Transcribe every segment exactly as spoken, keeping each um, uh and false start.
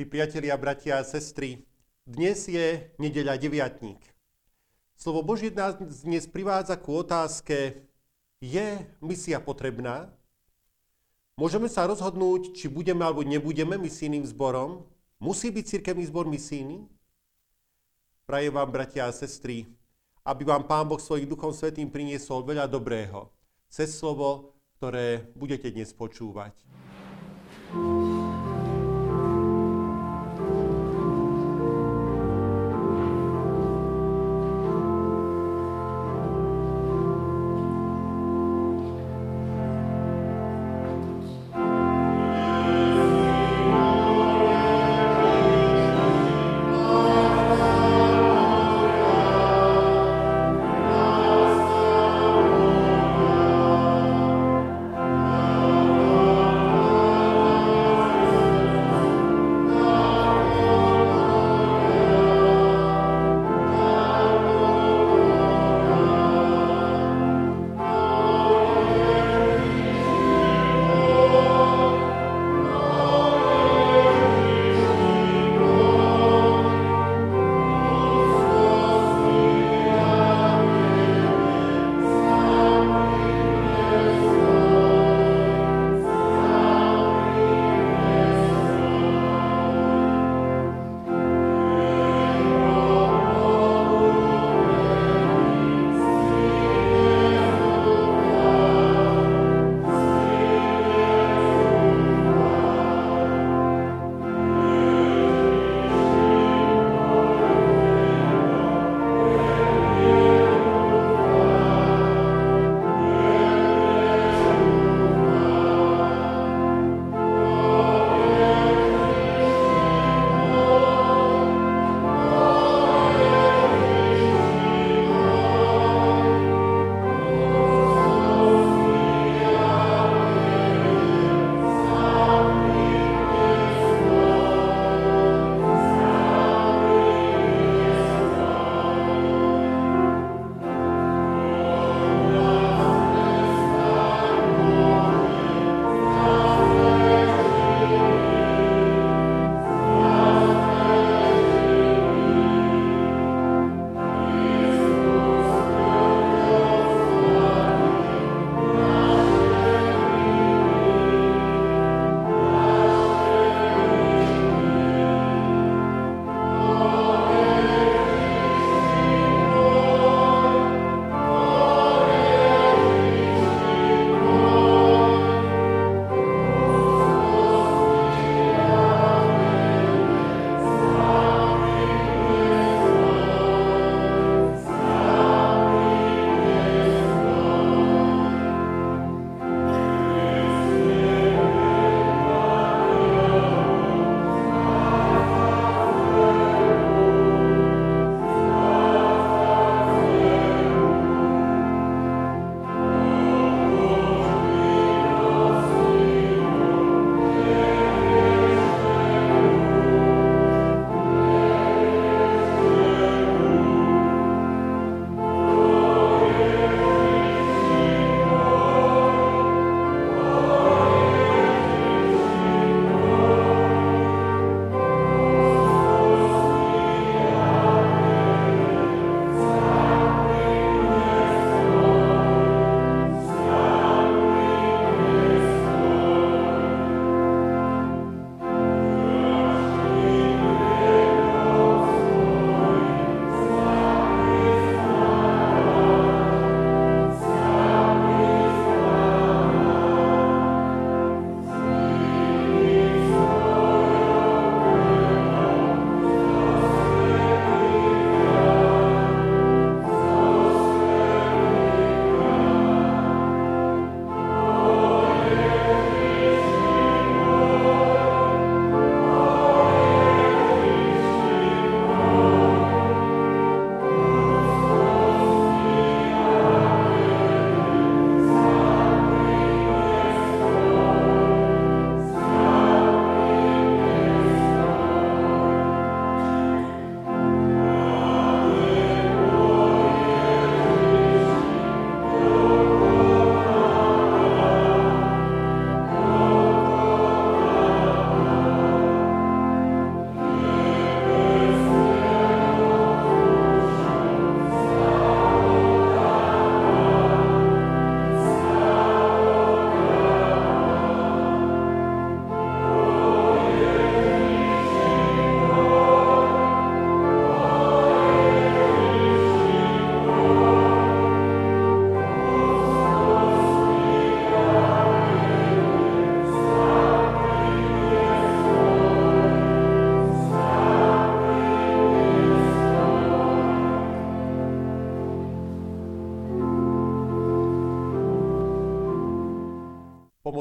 priatelia, bratia a sestry, dnes je nedeľa deviatník. Slovo Božie nás dnes privádza ku otázke, je misia potrebná? Môžeme sa rozhodnúť, či budeme alebo nebudeme misijným zborom? Musí byť cirkevný zbor misijný? Prajem vám, bratia a sestry, aby vám Pán Boh svojím Duchom Svätým priniesol veľa dobrého cez slovo, ktoré budete dnes počúvať. Amen.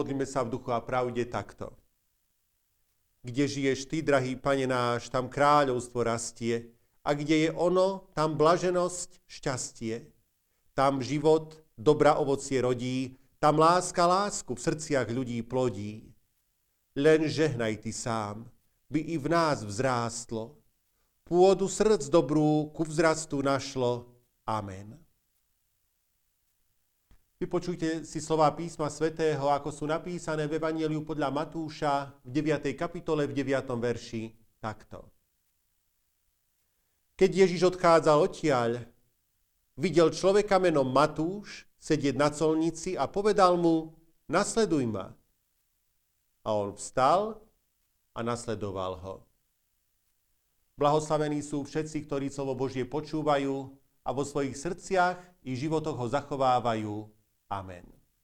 Pomodlíme sa v duchu a pravde takto. Kde žiješ ty, drahý Pane náš, tam kráľovstvo rastie. A kde je ono, tam blaženosť, šťastie. Tam život, dobrá ovocie rodí, tam láska lásku v srdciach ľudí plodí. Len žehnaj ty sám, by i v nás vzrástlo. Pôdu srdc dobrú ku vzrastu našlo. Amen. Vypočujte si slová písma svätého, ako sú napísané v Evanjeliu podľa Matúša v deviatej kapitole v deviatom verši takto. Keď Ježiš odchádzal odtiaľ, videl človeka menom Matúš sedieť na colnici a povedal mu, nasleduj ma. A on vstal a nasledoval ho. Blahoslavení sú všetci, ktorí slovo Božie počúvajú a vo svojich srdciach i životoch ho zachovávajú. Amen.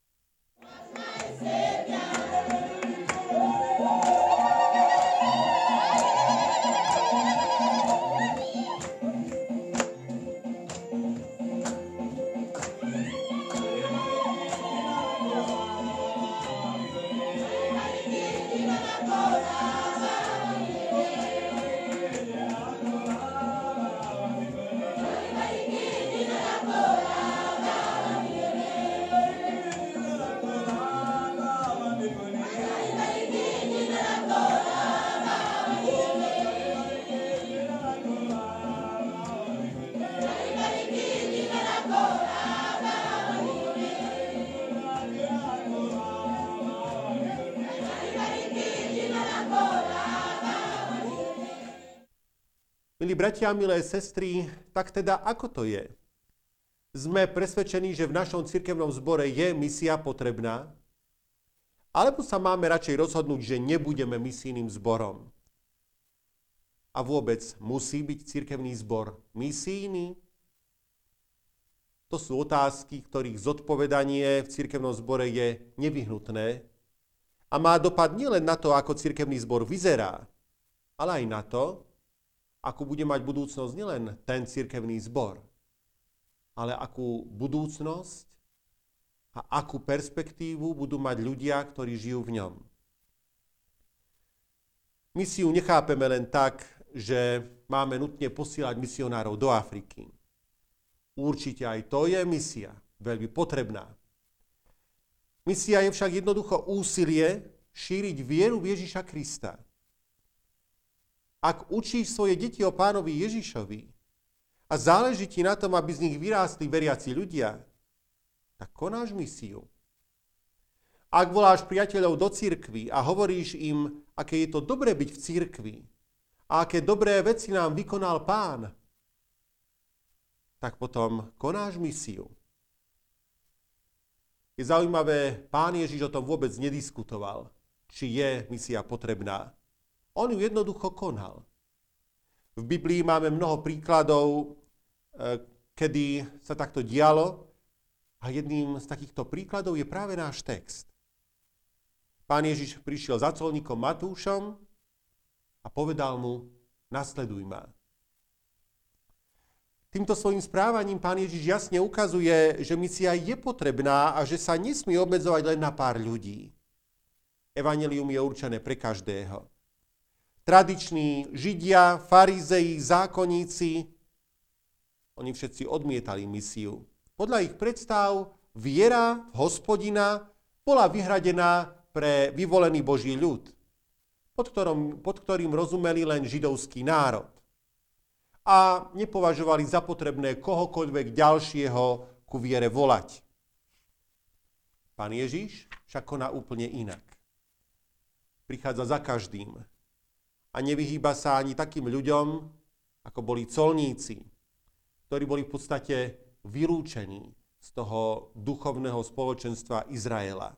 Milí bratia, milé sestry, tak teda ako to je? Sme presvedčení, že v našom cirkevnom zbore je misia potrebná? Alebo sa máme radšej rozhodnúť, že nebudeme misijným zborom? A vôbec musí byť cirkevný zbor misijný? To sú otázky, ktorých zodpovedanie v cirkevnom zbore je nevyhnutné a má dopad nielen na to, ako cirkevný zbor vyzerá, ale aj na to, akú bude mať budúcnosť nielen ten cirkevný zbor, ale akú budúcnosť a akú perspektívu budú mať ľudia, ktorí žijú v ňom. Misiu nechápeme len tak, že máme nutne posielať misionárov do Afriky. Určite aj to je misia, veľmi potrebná. Misia je však jednoducho úsilie šíriť vieru v Ježiša Krista. Ak učíš svoje deti o Pánovi Ježišovi a záleží ti na tom, aby z nich vyrástli veriaci ľudia, tak konáš misiu. Ak voláš priateľov do cirkvi a hovoríš im, aké je to dobré byť v cirkvi a aké dobré veci nám vykonal Pán, tak potom konáš misiu. Je zaujímavé, Pán Ježiš o tom vôbec nediskutoval, či je misia potrebná. On ju jednoducho konal. V Biblii máme mnoho príkladov, kedy sa takto dialo a jedným z takýchto príkladov je práve náš text. Pán Ježiš prišiel za colníkom Matúšom a povedal mu, nasleduj ma. Týmto svojím správaním Pán Ježiš jasne ukazuje, že misia je potrebná a že sa nesmie obmedzovať len na pár ľudí. Evanjelium je určené pre každého. Tradiční Židia, farizei, zákonníci, oni všetci odmietali misiu. Podľa ich predstav viera v Hospodina bola vyhradená pre vyvolený Boží ľud, pod, ktorom, pod ktorým rozumeli len židovský národ. A nepovažovali za potrebné kohokoľvek ďalšieho ku viere volať. Pán Ježiš však koná úplne inak. Prichádza za každým a nevyhýba sa ani takým ľuďom, ako boli colníci, ktorí boli v podstate vylúčení z toho duchovného spoločenstva Izraela.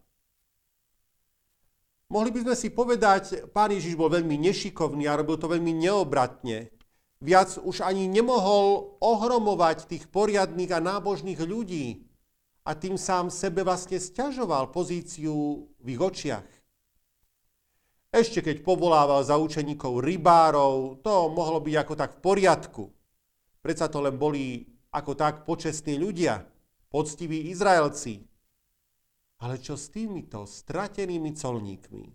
Mohli by sme si povedať, Pán Ježiš bol veľmi nešikovný a robil to veľmi neobratne. Viac už ani nemohol ohromovať tých poriadnych a nábožných ľudí a tým sám sebe vlastne sťažoval pozíciu v ich očiach. Ešte keď povolával za učeníkov rybárov, to mohlo byť ako tak v poriadku. Predsa to len boli ako tak počestní ľudia, poctiví Izraelci. Ale čo s týmito stratenými colníkmi?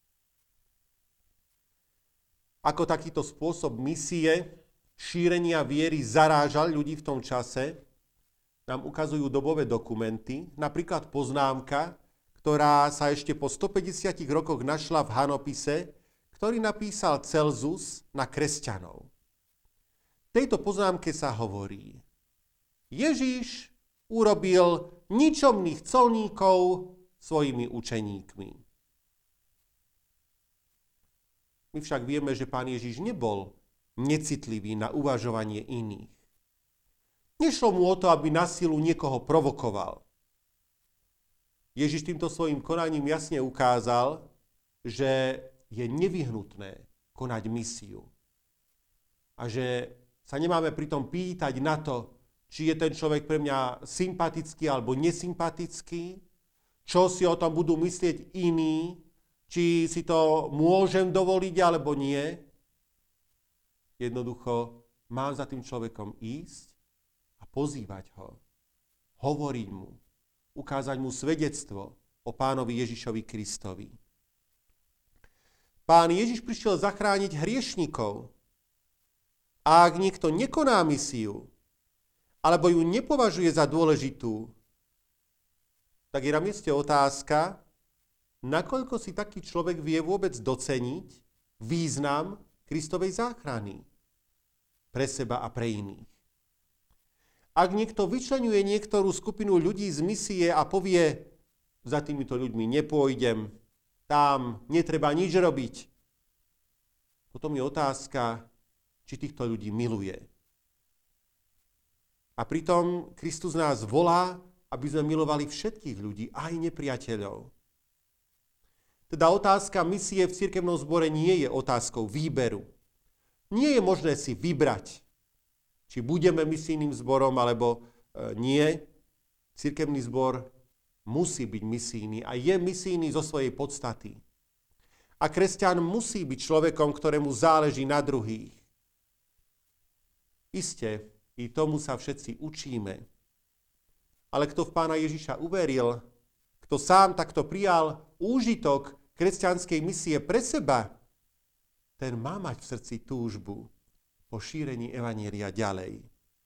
Ako takýto spôsob misie, šírenia viery zarážal ľudí v tom čase, nám ukazujú dobové dokumenty, napríklad poznámka, ktorá sa ešte po stopäťdesiatich rokoch našla v Hanopise, ktorý napísal Celzus na kresťanov. V tejto poznámke sa hovorí: Ježiš urobil ničomných colníkov svojimi učeníkmi. My však vieme, že Pán Ježiš nebol necitlivý na uvažovanie iných. Nešlo mu o to, aby na silu niekoho provokoval. Ježiš týmto svojim konaním jasne ukázal, že je nevyhnutné konať misiu. A že sa nemáme pritom pýtať na to, či je ten človek pre mňa sympatický alebo nesympatický, čo si o tom budú myslieť iní, či si to môžem dovoliť alebo nie. Jednoducho mám za tým človekom ísť a pozývať ho, hovoriť mu, ukázať mu svedectvo o Pánovi Ježišovi Kristovi. Pán Ježiš prišiel zachrániť hriešnikov. A ak niekto nekoná misiu, alebo ju nepovažuje za dôležitú, tak je na mieste otázka, nakoľko si taký človek vie vôbec doceniť význam Kristovej záchrany pre seba a pre iných. Ak niekto vyčleňuje niektorú skupinu ľudí z misie a povie, za týmito ľuďmi nepôjdem, tam netreba nič robiť, potom je otázka, či týchto ľudí miluje. A pritom Kristus nás volá, aby sme milovali všetkých ľudí, aj nepriateľov. Teda otázka misie v cirkevnom zbore nie je otázkou výberu. Nie je možné si vybrať, či budeme misijným zborom, alebo e, nie. Cirkevný zbor musí byť misijný a je misijný zo svojej podstaty. A kresťan musí byť človekom, ktorému záleží na druhých. Isté, i tomu sa všetci učíme. Ale kto v Pána Ježiša uveril, kto sám takto prijal úžitok kresťanskej misie pre seba, ten má mať v srdci túžbu po šírení evanjelia ďalej.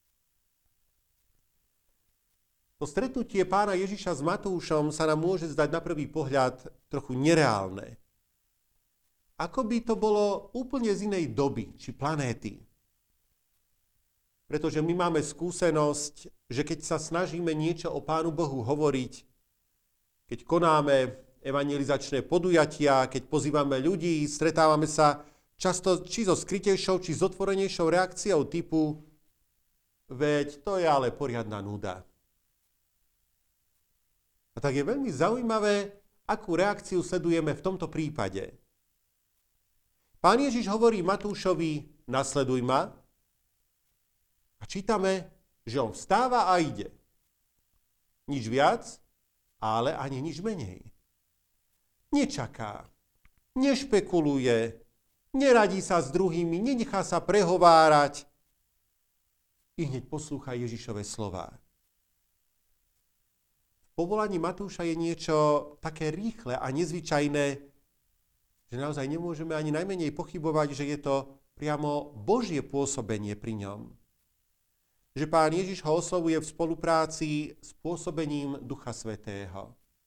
To stretnutie Pána Ježiša s Matúšom sa nám môže zdať na prvý pohľad trochu nereálne. Ako by to bolo úplne z inej doby či planéty. Pretože my máme skúsenosť, že keď sa snažíme niečo o Pánu Bohu hovoriť, keď konáme evangelizačné podujatia, keď pozývame ľudí, stretávame sa často či so skrytejšou, či s otvorenejšou reakciou typu veď to je ale poriadna nuda. A tak je veľmi zaujímavé, akú reakciu sledujeme v tomto prípade. Pán Ježiš hovorí Matúšovi, nasleduj ma, a čítame, že on vstáva a ide. Nič viac, ale ani nič menej. Nečaká, nešpekuluje, neradí sa s druhými, nenechá sa prehovárať. I hneď poslúcha Ježišove slová. V povolaní Matúša je niečo také rýchle a nezvyčajné, že naozaj nemôžeme ani najmenej pochybovať, že je to priamo Božie pôsobenie pri ňom. Že Pán Ježiš ho oslovuje v spolupráci s pôsobením Ducha Svätého.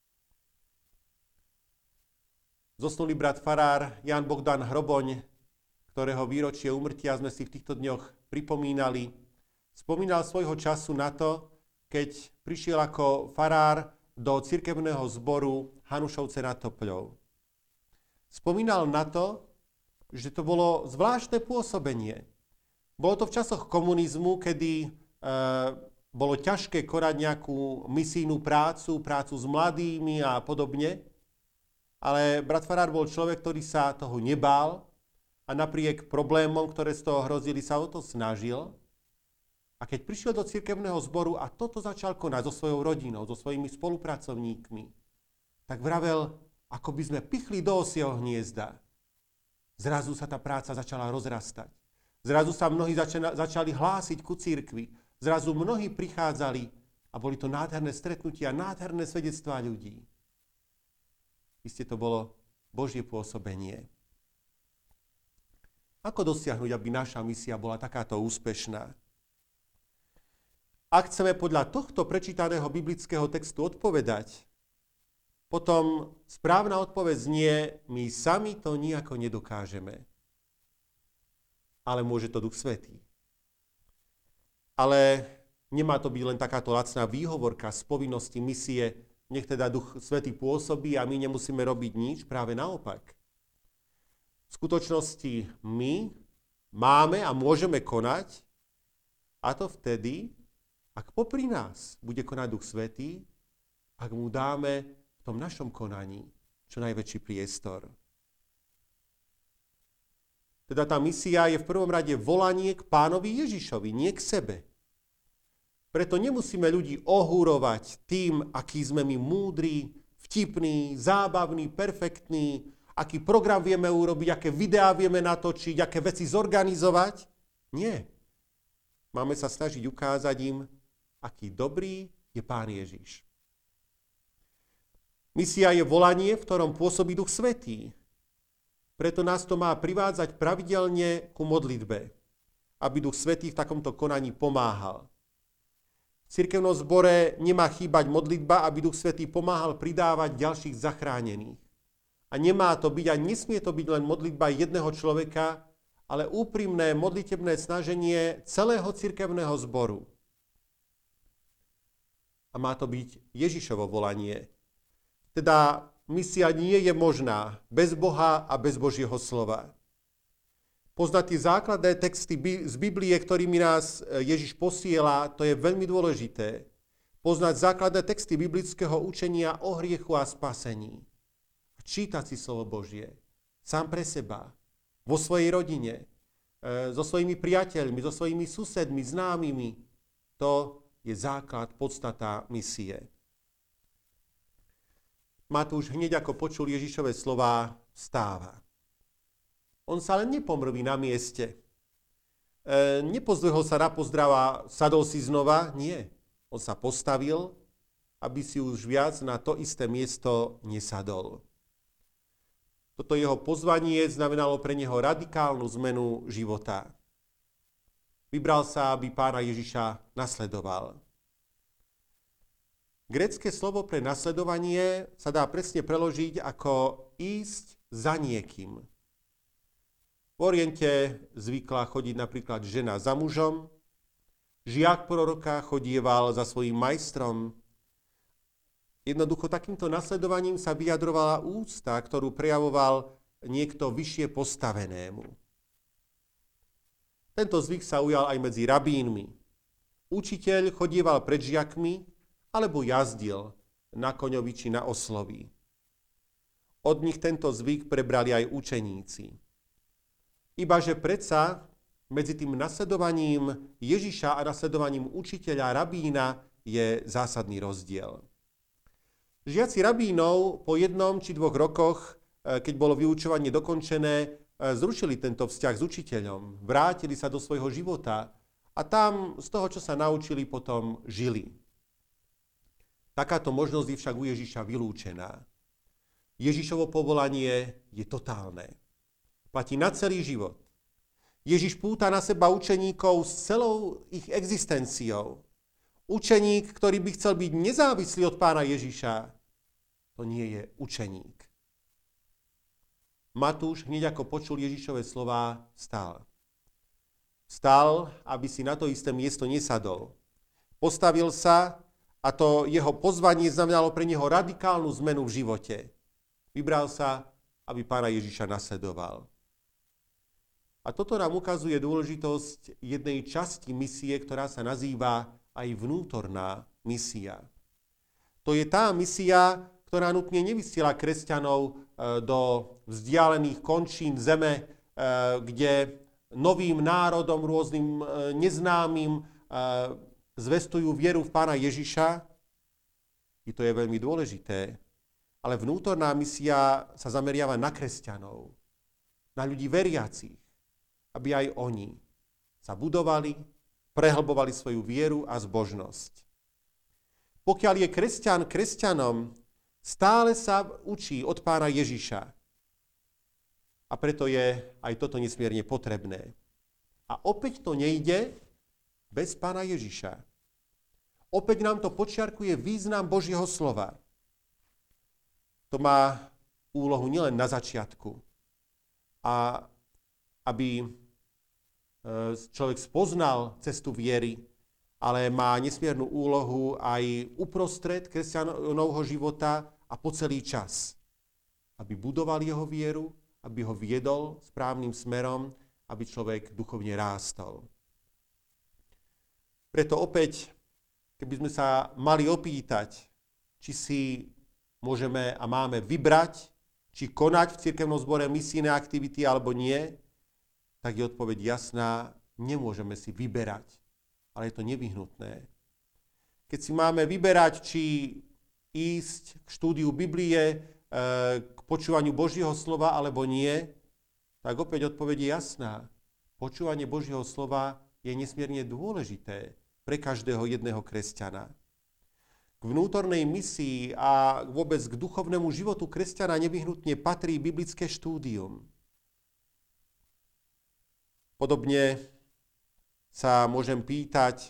Zosnulý brat farár Jan Bohdan Hroboň, ktorého výročie úmrtia sme si v týchto dňoch pripomínali, spomínal svojho času na to, keď prišiel ako farár do cirkevného zboru Hanušovce nad Topľou. Spomínal na to, že to bolo zvláštne pôsobenie. Bolo to v časoch komunizmu, kedy e, bolo ťažké konať nejakú misijnú prácu, prácu s mladými a podobne. Ale brat farár bol človek, ktorý sa toho nebál a napriek problémom, ktoré z toho hrozili, sa o to snažil. A keď prišiel do cirkevného zboru a toto začal konať so svojou rodinou, so svojimi spolupracovníkmi, tak vravel, ako by sme pichli do osieho hniezda. Zrazu sa tá práca začala rozrastať. Zrazu sa mnohí začali, začali hlásiť ku cirkvi. Zrazu mnohí prichádzali a boli to nádherné stretnutia, nádherné svedectvá ľudí. Isté to bolo Božie pôsobenie. Ako dosiahnuť, aby naša misia bola takáto úspešná? Ak chceme podľa tohto prečítaného biblického textu odpovedať, potom správna odpoveď znie, my sami to nijako nedokážeme. Ale môže to Duch Svätý. Ale nemá to byť len takáto lacná výhovorka z povinnosti misie, nech teda Duch Svätý pôsobí a my nemusíme robiť nič, práve naopak. V skutočnosti my máme a môžeme konať, a to vtedy, ak popri nás bude konať Duch Svätý, ak mu dáme v tom našom konaní čo najväčší priestor. Teda tá misia je v prvom rade volanie k Pánovi Ježišovi, nie k sebe. Preto nemusíme ľudí ohúrovať tým, aký sme my múdri, vtipní, zábavní, perfektní, aký program vieme urobiť, aké videá vieme natočiť, aké veci zorganizovať. Nie. Máme sa snažiť ukázať im, aký dobrý je Pán Ježiš. Misia je volanie, v ktorom pôsobí Duch Svätý. Preto nás to má privádzať pravidelne ku modlitbe, aby Duch Svätý v takomto konaní pomáhal. V cirkevnom zbore nemá chýbať modlitba, aby Duch Svätý pomáhal pridávať ďalších zachránených. A nemá to byť a nesmie to byť len modlitba jedného človeka, ale úprimné modlitebné snaženie celého cirkevného zboru. A má to byť Ježišovo volanie. Teda misia nie je možná bez Boha a bez Božieho slova. Poznať tie základné texty z Biblie, ktorými nás Ježiš posiela, to je veľmi dôležité. Poznať základné texty biblického učenia o hriechu a spasení. Čítať si slovo Božie sám pre seba, vo svojej rodine, so svojimi priateľmi, so svojimi susedmi, známymi. To je základ, podstata misie. Matúš hneď ako počul Ježišove slová, vstáva. On sa len nepomrví na mieste. E, nepozdvihol sa na pozdrav a sadol si znova. Nie. On sa postavil, aby si už viac na to isté miesto nesadol. Toto jeho pozvanie znamenalo pre neho radikálnu zmenu života. Vybral sa, aby Pána Ježiša nasledoval. Grécke slovo pre nasledovanie sa dá presne preložiť ako ísť za niekým. V Oriente zvykla chodiť napríklad žena za mužom, žiak proroka chodieval za svojím majstrom. Jednoducho takýmto nasledovaním sa vyjadrovala úcta, ktorú prejavoval niekto vyššie postavenému. Tento zvyk sa ujal aj medzi rabínmi. Učiteľ chodieval pred žiakmi alebo jazdil na koňovi či na oslovi. Od nich tento zvyk prebrali aj učeníci. Ibaže predsa medzi tým nasledovaním Ježiša a nasledovaním učiteľa rabína je zásadný rozdiel. Žiaci rabínov po jednom či dvoch rokoch, keď bolo vyučovanie dokončené, zrušili tento vzťah s učiteľom, vrátili sa do svojho života a tam z toho, čo sa naučili, potom žili. Takáto možnosť je však u Ježiša vylúčená. Ježišovo povolanie je totálne. Platí na celý život. Ježiš púta na seba učeníkov s celou ich existenciou. Učeník, ktorý by chcel byť nezávislý od Pána Ježiša, to nie je učeník. Matúš hneď ako počul Ježišove slová, vstal. Vstal, aby si na to isté miesto nesadol. Postavil sa a to jeho pozvanie znamenalo pre neho radikálnu zmenu v živote. Vybral sa, aby Pána Ježiša nasledoval. A toto nám ukazuje dôležitosť jednej časti misie, ktorá sa nazýva aj vnútorná misia. To je tá misia, ktorá nutne nevysiela kresťanov do vzdialených končín zeme, kde novým národom, rôznym neznámym zvestujú vieru v Pána Ježiša. I to je veľmi dôležité. Ale vnútorná misia sa zameriava na kresťanov, na ľudí veriacich, aby aj oni sa budovali, prehlbovali svoju vieru a zbožnosť. Pokiaľ je kresťan kresťanom, Stále sa učí od Pána Ježiša. A preto je aj toto nesmierne potrebné. A opäť to nejde bez Pána Ježiša. Opäť nám to podčiarkuje význam Božieho slova. To má úlohu nielen na začiatku, a aby človek spoznal cestu viery, ale má nesmiernu úlohu aj uprostred kresťanovho života a po celý čas. Aby budoval jeho vieru, aby ho viedol správnym smerom, aby človek duchovne rástol. Preto opäť, keby sme sa mali opýtať, či si môžeme a máme vybrať, či konať v cirkevnom zbore misijné aktivity alebo nie, tak je odpoveď jasná, nemôžeme si vyberať, ale je to nevyhnutné. Keď si máme vyberať, či ísť k štúdiu Biblie, k počúvaniu Božieho slova alebo nie, tak opäť odpoveď je jasná. Počúvanie Božieho slova je nesmierne dôležité pre každého jedného kresťana. K vnútornej misii a vôbec k duchovnému životu kresťana nevyhnutne patrí biblické štúdium. Podobne sa môžem pýtať,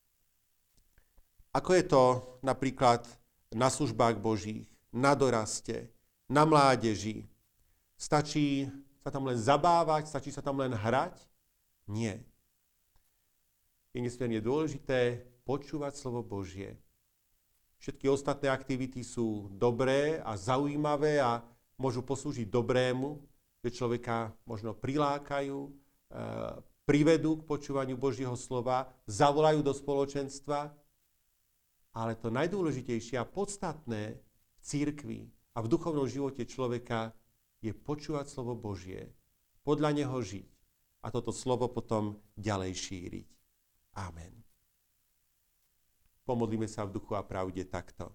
ako je to napríklad na službách Božích, na doraste, na mládeži. Stačí sa tam len zabávať, stačí sa tam len hrať? Nie. Je nesmierne dôležité počúvať slovo Božie. Všetky ostatné aktivity sú dobré a zaujímavé a môžu poslúžiť dobrému, že človeka možno prilákajú, privedú k počúvaniu Božieho slova, zavolajú do spoločenstva, ale to najdôležitejšie a podstatné v cirkvi a v duchovnom živote človeka je počúvať slovo Božie, podľa neho žiť a toto slovo potom ďalej šíriť. Amen. Pomodlíme sa v duchu a pravde takto.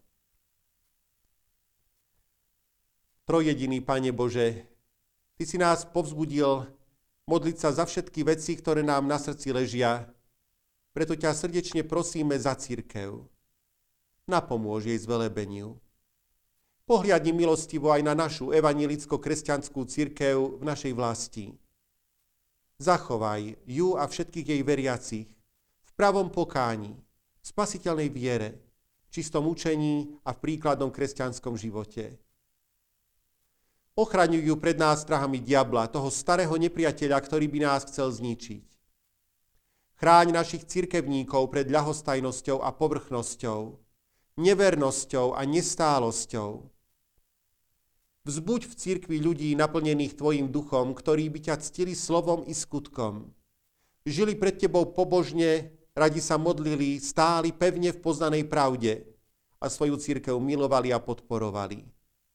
Trojjediný Pane Bože, Ty si nás povzbudil modliť sa za všetky veci, ktoré nám na srdci ležia. Preto ťa srdečne prosíme za cirkev. Napomôž jej zvelebeniu. Pohliadni milostivo aj na našu evanjelicko-kresťanskú cirkev v našej vlasti. Zachovaj ju a všetkých jej veriacich v pravom pokáni, v spasiteľnej viere, čistom učení a v príkladnom kresťanskom živote. Ochraňuj ju pred nástrahami diabla, toho starého nepriateľa, ktorý by nás chcel zničiť. Chráň našich cirkevníkov pred ľahostajnosťou a povrchnosťou, nevernosťou a nestálosťou. Vzbuď v cirkvi ľudí naplnených Tvojim duchom, ktorí by ťa ctili slovom i skutkom. Žili pred Tebou pobožne, radi sa modlili, stáli pevne v poznanej pravde a svoju cirkev milovali a podporovali.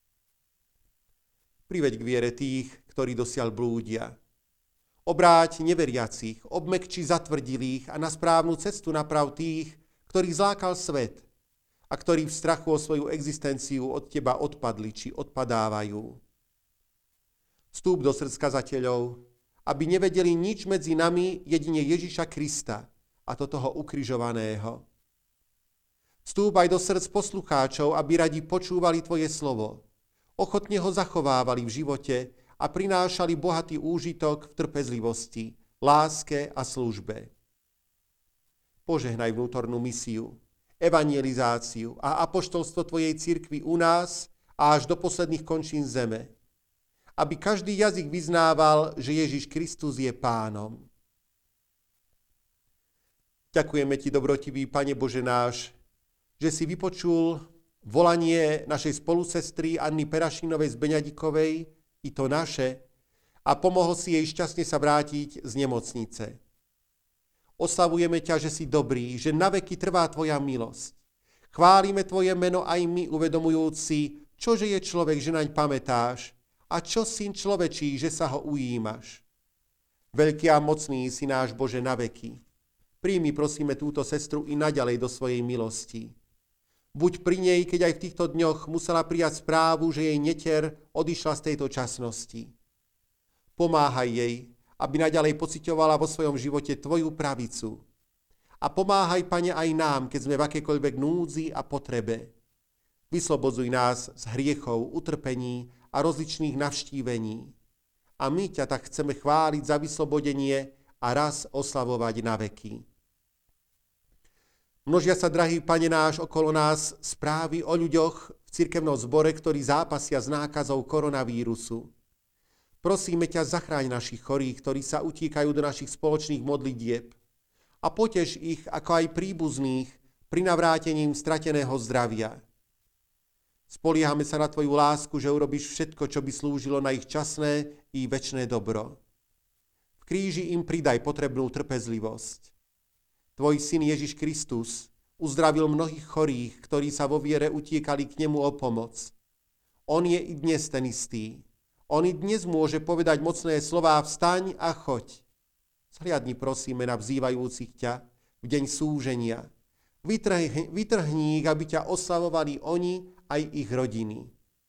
Priveď k viere tých, ktorí dosiaľ blúdia. Obráť neveriacich, obmekči zatvrdilých a na správnu cestu naprav tých, ktorých zlákal svet a ktorí v strachu o svoju existenciu od Teba odpadli či odpadávajú. Vstúp do srdc kazateľov, aby nevedeli nič medzi nami jedine Ježiša Krista a to toho ukrižovaného. Vstúp aj do srdc poslucháčov, aby radi počúvali Tvoje slovo, ochotne ho zachovávali v živote a prinášali bohatý úžitok v trpezlivosti, láske a službe. Požehnaj vnútornú misiu, evangelizáciu a apoštolstvo Tvojej cirkvi u nás a až do posledných končín zeme, aby každý jazyk vyznával, že Ježiš Kristus je Pánom. Ďakujeme Ti, dobrotivý Pane Bože náš, že si vypočul volanie našej spolusestry Anny Perašinovej z Beňadikovej, i to naše, a pomohol si jej šťastne sa vrátiť z nemocnice. Oslavujeme ťa, že si dobrý, že naveky trvá Tvoja milosť. Chválime Tvoje meno aj my, uvedomujúci, čože je človek, že naň pamätáš, a čo syn človečí, že sa ho ujímaš. Veľký a mocný si náš Bože naveky. Príjmi, prosíme, túto sestru i naďalej do svojej milosti. Buď pri nej, keď aj v týchto dňoch musela prijať správu, že jej netier odišla z tejto časnosti. Pomáhaj jej, aby naďalej pociťovala vo svojom živote Tvoju pravicu. A pomáhaj, Pane, aj nám, keď sme v akékoľvek núdzi a potrebe. Vyslobodzuj nás z hriechov, utrpení a rozličných navštívení. A my ťa tak chceme chváliť za vyslobodenie a raz oslavovať na veky. Množia sa, drahý Pane náš, okolo nás správy o ľuďoch v cirkevnom zbore, ktorí zápasia s nákazou koronavírusu. Prosíme ťa, zachráň našich chorých, ktorí sa utíkajú do našich spoločných modlitieb, a potež ich, ako aj príbuzných, pri navrátením strateného zdravia. Spoliehame sa na tvoju lásku, že urobíš všetko, čo by slúžilo na ich časné i večné dobro. V kríži im pridaj potrebnú trpezlivosť. Tvoj syn Ježiš Kristus uzdravil mnohých chorých, ktorí sa vo viere utiekali k nemu o pomoc. On je i dnes ten istý. On i dnes môže povedať mocné slová: vstaň a choď. Zhliadni, prosíme, na vzývajúcich ťa v deň súženia. Vytrhni, vytrhni ich, aby ťa oslavovali oni aj ich rodiny.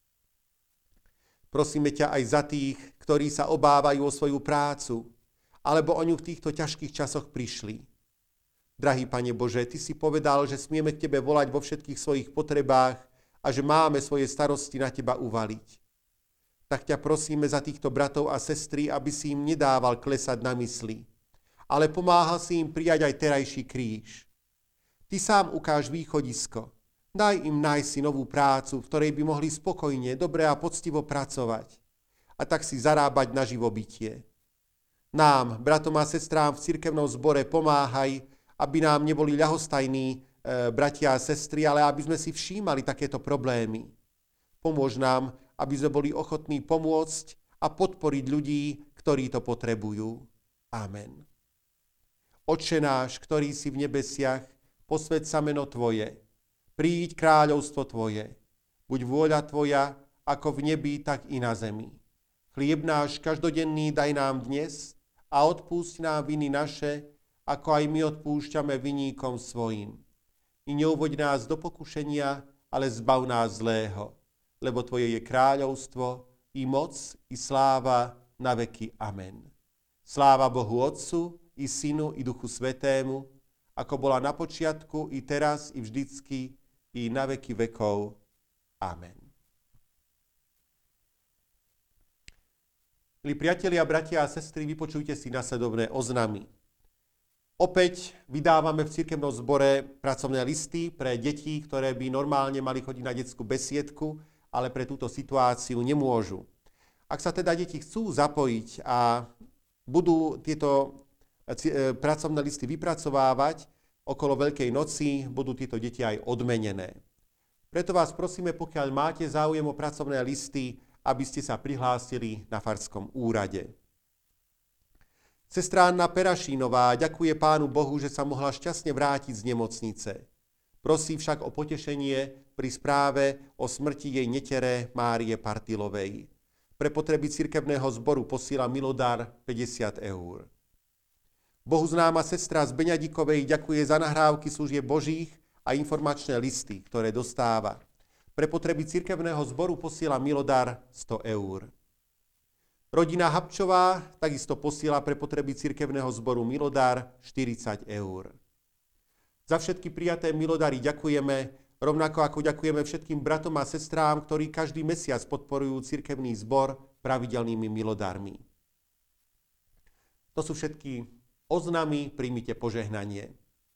Prosíme ťa aj za tých, ktorí sa obávajú o svoju prácu, alebo o ňu v týchto ťažkých časoch prišli. Drahý Pane Bože, Ty si povedal, že smieme k Tebe volať vo všetkých svojich potrebách a že máme svoje starosti na Teba uvaliť. Tak ťa prosíme za týchto bratov a sestry, aby si im nedával klesať na mysli, ale pomáhal si im prijať aj terajší kríž. Ty sám ukáž východisko. Daj im nájsť si novú prácu, v ktorej by mohli spokojne, dobre a poctivo pracovať a tak si zarábať na živobytie. Nám, bratom a sestrám v cirkevnom zbore, pomáhaj, aby nám neboli ľahostajní e, bratia a sestry, ale aby sme si všímali takéto problémy. Pomôž nám, aby sme boli ochotní pomôcť a podporiť ľudí, ktorí to potrebujú. Amen. Otče náš, ktorý si v nebesiach, posväť sa meno Tvoje. Príď kráľovstvo Tvoje. Buď vôľa Tvoja, ako v nebi, tak i na zemi. Chlieb náš každodenný daj nám dnes a odpúšť nám viny naše, ako aj my odpúšťame viníkom svojim. I neuvoď nás do pokušenia, ale zbav nás zlého. Lebo Tvoje je kráľovstvo, i moc, i sláva na veky. Amen. Sláva Bohu Otcu, i Synu, i Duchu Svätému, ako bola na počiatku, i teraz, i vždycky, i na veky vekov. Amen. Milí priatelia, bratia a sestry, vypočujte si nasledovné oznamy. Opäť vydávame v cirkevnom zbore pracovné listy pre deti, ktoré by normálne mali chodiť na detskú besiedku, ale pre túto situáciu nemôžu. Ak sa teda deti chcú zapojiť a budú tieto pracovné listy vypracovávať, okolo Veľkej noci budú tieto deti aj odmenené. Preto vás prosíme, pokiaľ máte záujem o pracovné listy, aby ste sa prihlásili na farskom úrade. Sestra Anna Perašínová ďakuje Pánu Bohu, že sa mohla šťastne vrátiť z nemocnice. Prosí však o potešenie pri správe o smrti jej netere Márie Partilovej. Pre potreby cirkevného zboru posíla milodár päťdesiat eur. Bohu známa sestra z Beňadikovej ďakuje za nahrávky služieb Božích a informačné listy, ktoré dostáva. Pre potreby cirkevného zboru posiela milodár sto eur. Rodina Habčová takisto posiela pre potreby cirkevného zboru milodár štyridsať eur. Za všetky prijaté milodary ďakujeme, rovnako ako ďakujeme všetkým bratom a sestrám, ktorí každý mesiac podporujú cirkevný zbor pravidelnými milodármi. To sú všetky oznamy, príjmite požehnanie.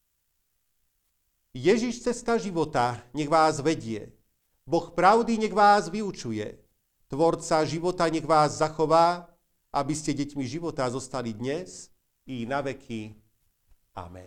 Ježiš, cesta života, nech vás vedie. Boh pravdy nech vás vyučuje. Tvorca života nech vás zachová, aby ste deťmi života zostali dnes i na veky. Amen.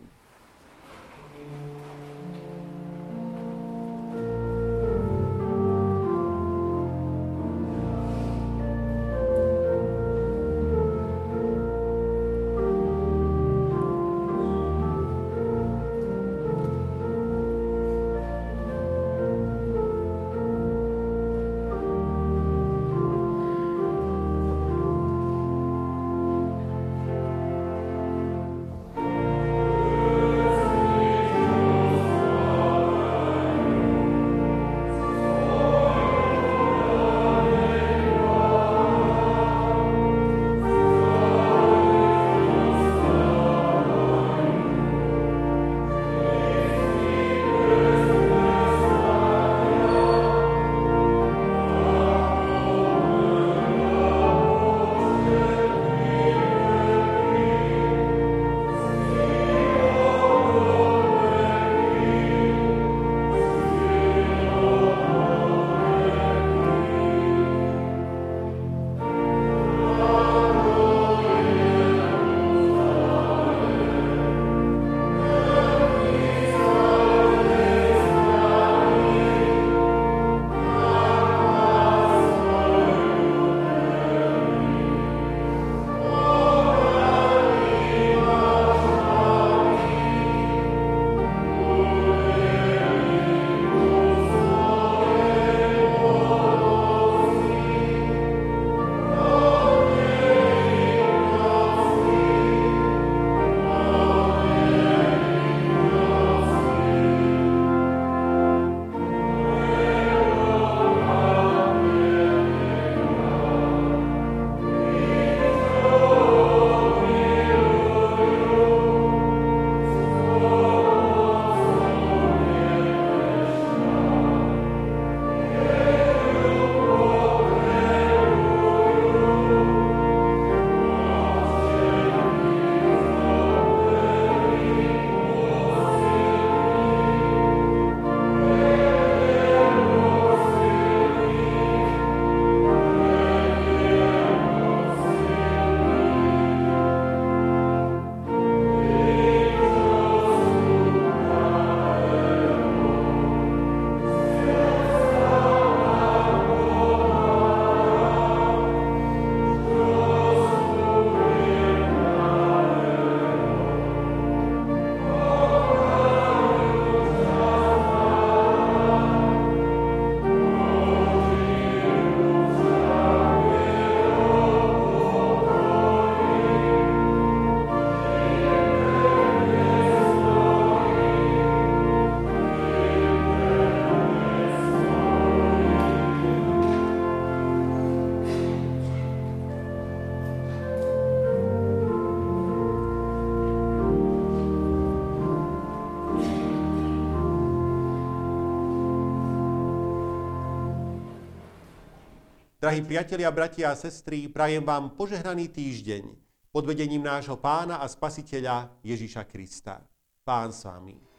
Drahí priatelia, bratia a sestry, prajem vám požehnaný týždeň pod vedením nášho Pána a Spasiteľa Ježiša Krista. Pán s vami.